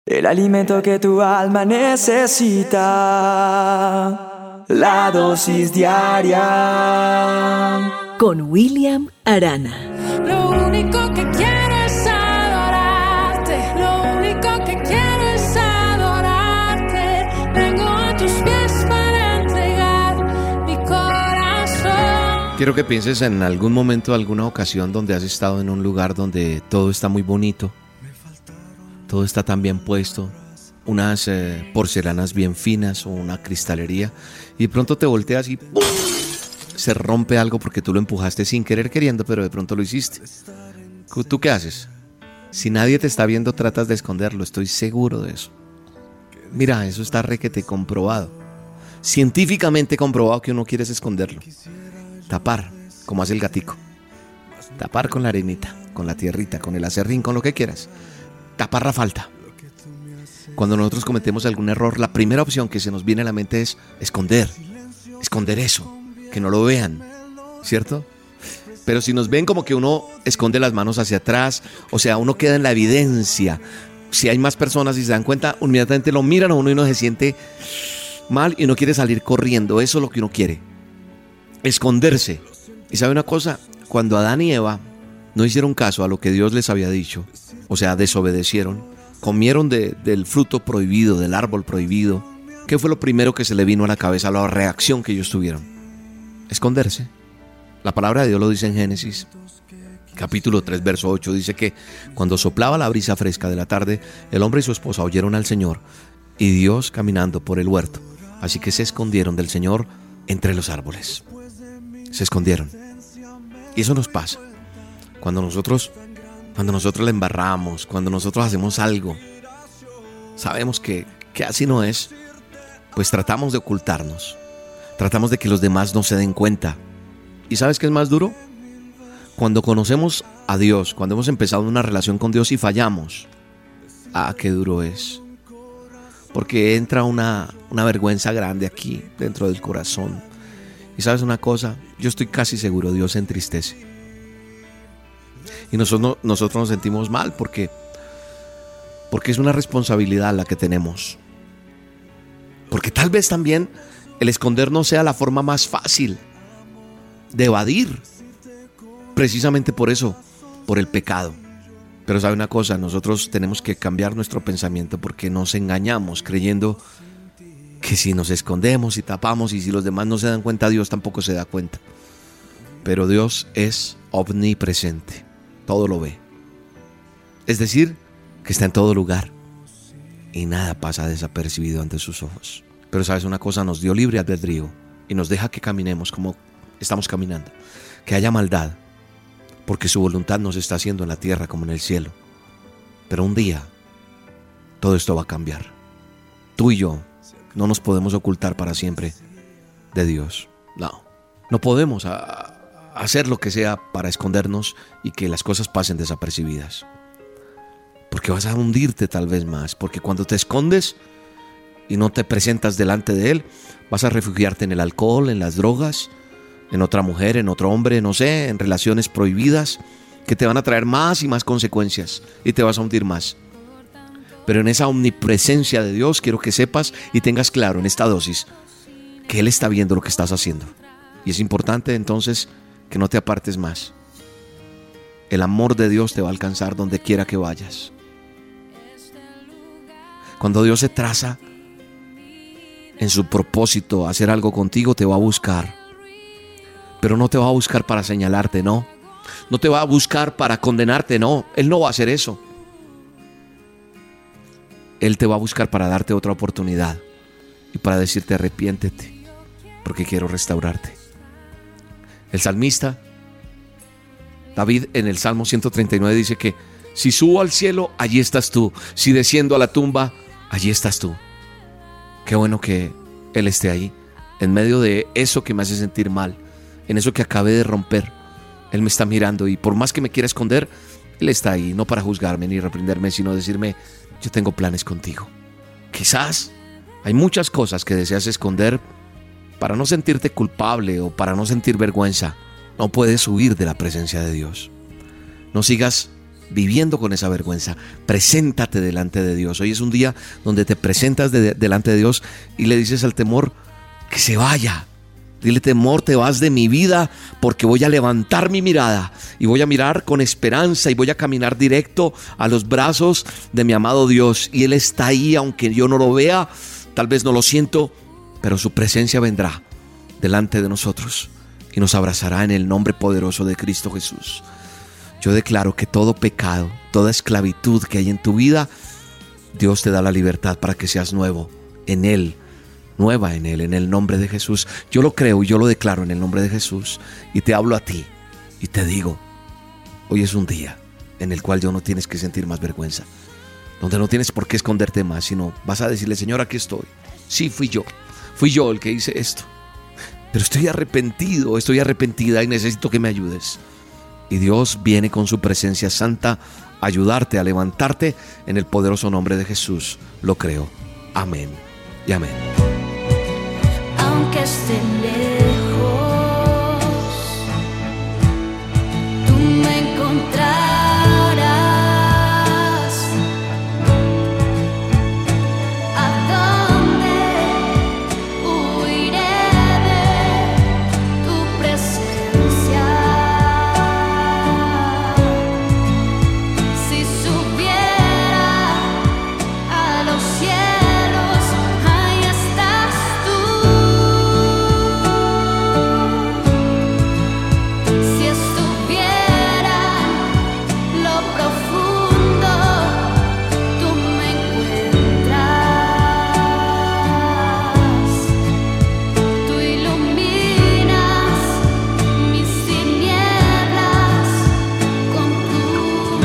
El alimento que tu alma necesita, la dosis diaria. Con William Arana. Lo único que quiero es adorarte. Lo único que quiero es adorarte. Vengo a tus pies para entregar mi corazón. Quiero que pienses en algún momento, alguna ocasión donde has estado en un lugar donde todo está muy bonito. Todo está tan bien puesto, unas porcelanas bien finas o una cristalería, y de pronto te volteas y ¡pum!, se rompe algo porque tú lo empujaste sin querer queriendo, pero de pronto lo hiciste. ¿Tú qué haces? Si nadie te está viendo, tratas de esconderlo, estoy seguro de eso. Mira, eso está requete comprobado. Científicamente comprobado que uno quiere esconderlo. Tapar, como hace el gatico. Tapar con la arenita, con la tierrita, con el acerrín, con lo que quieras. Tapar la falta. Cuando nosotros cometemos algún error, la primera opción que se nos viene a la mente es esconder eso, que no lo vean, ¿cierto? Pero si nos ven como que uno esconde las manos hacia atrás, o sea, uno queda en la evidencia. Si hay más personas y se dan cuenta, inmediatamente lo miran a uno y uno se siente mal y uno quiere salir corriendo. Eso es lo que uno quiere, esconderse. Y ¿sabe una cosa? Cuando Adán y Eva no hicieron caso a lo que Dios les había dicho, o sea, desobedecieron, comieron del fruto prohibido, del árbol prohibido, ¿qué fue lo primero que se le vino a la cabeza, la reacción que ellos tuvieron? Esconderse. La palabra de Dios lo dice en Génesis, capítulo 3, verso 8, dice que cuando soplaba la brisa fresca de la tarde, el hombre y su esposa oyeron al Señor y Dios caminando por el huerto. Así que se escondieron del Señor entre los árboles. Se escondieron. Y eso nos pasa. Cuando nosotros la embarramos, cuando nosotros hacemos algo, sabemos que así no es, pues tratamos de ocultarnos, tratamos de que los demás no se den cuenta. ¿Y sabes qué es más duro? Cuando conocemos a Dios, cuando hemos empezado una relación con Dios y fallamos. Qué duro es. Porque entra una vergüenza grande aquí, dentro del corazón. Y sabes una cosa, yo estoy casi seguro, Dios se entristece. Y nosotros nos sentimos mal porque es una responsabilidad la que tenemos. Porque tal vez también el escondernos sea la forma más fácil de evadir. Precisamente por eso, por el pecado. Pero sabe una cosa, nosotros tenemos que cambiar nuestro pensamiento porque nos engañamos creyendo que si nos escondemos y tapamos y si los demás no se dan cuenta, Dios tampoco se da cuenta. Pero Dios es omnipresente. Todo lo ve. Es decir, que está en todo lugar y nada pasa desapercibido ante sus ojos. Pero sabes una cosa, nos dio libre albedrío y nos deja que caminemos como estamos caminando, que haya maldad, porque su voluntad nos está haciendo en la tierra como en el cielo. Pero un día todo esto va a cambiar. Tú y yo no nos podemos ocultar para siempre de Dios. No podemos hacer lo que sea para escondernos y que las cosas pasen desapercibidas. Porque vas a hundirte tal vez más. Porque cuando te escondes y no te presentas delante de Él, vas a refugiarte en el alcohol, en las drogas, en otra mujer, en otro hombre, no sé, en relaciones prohibidas que te van a traer más y más consecuencias y te vas a hundir más. Pero en esa omnipresencia de Dios quiero que sepas y tengas claro en esta dosis que Él está viendo lo que estás haciendo. Y es importante entonces que no te apartes más. El amor de Dios te va a alcanzar donde quiera que vayas. Cuando Dios se traza en su propósito hacer algo contigo, te va a buscar. Pero no te va a buscar para señalarte, no. No te va a buscar para condenarte, no. Él no va a hacer eso. Él te va a buscar para darte otra oportunidad y para decirte arrepiéntete, porque quiero restaurarte. El salmista David en el Salmo 139 dice que si subo al cielo, allí estás tú. Si desciendo a la tumba, allí estás tú. Qué bueno que Él esté ahí, en medio de eso que me hace sentir mal, en eso que acabé de romper. Él me está mirando y por más que me quiera esconder, Él está ahí, no para juzgarme ni reprenderme, sino decirme, yo tengo planes contigo. Quizás hay muchas cosas que deseas esconder para no sentirte culpable o para no sentir vergüenza. No puedes huir de la presencia de Dios. No sigas viviendo con esa vergüenza. Preséntate delante de Dios. Hoy es un día donde te presentas delante de Dios y le dices al temor que se vaya. Dile: temor, te vas de mi vida, porque voy a levantar mi mirada y voy a mirar con esperanza y voy a caminar directo a los brazos de mi amado Dios. Y Él está ahí, aunque yo no lo vea, tal vez no lo siento, pero su presencia vendrá delante de nosotros y nos abrazará en el nombre poderoso de Cristo Jesús. Yo declaro que todo pecado, toda esclavitud que hay en tu vida, Dios te da la libertad para que seas nuevo en Él, nueva en Él, en el nombre de Jesús. Yo lo creo y yo lo declaro en el nombre de Jesús. Y te hablo a ti y te digo: hoy es un día en el cual ya no tienes que sentir más vergüenza, donde no tienes por qué esconderte más, sino vas a decirle: Señor, aquí estoy. Sí, fui yo el que hice esto, pero estoy arrepentido, estoy arrepentida y necesito que me ayudes. Y Dios viene con su presencia santa a ayudarte, a levantarte en el poderoso nombre de Jesús. Lo creo. Amén y amén. Aunque esté lejos, tú me encontrarás. ¿A dónde huiré de tu presencia? Si subiera a los cielos, ahí estás tú. Si estuviera en lo profundo, tú me encuentras. Tú iluminas mis tinieblas con tu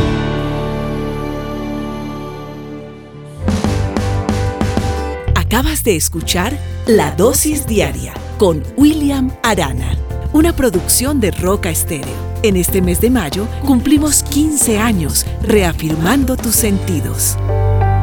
Acabas de escuchar La Dosis Diaria con William Arana, una producción de Roca Estéreo. En este mes de mayo cumplimos 15 años reafirmando tus sentidos.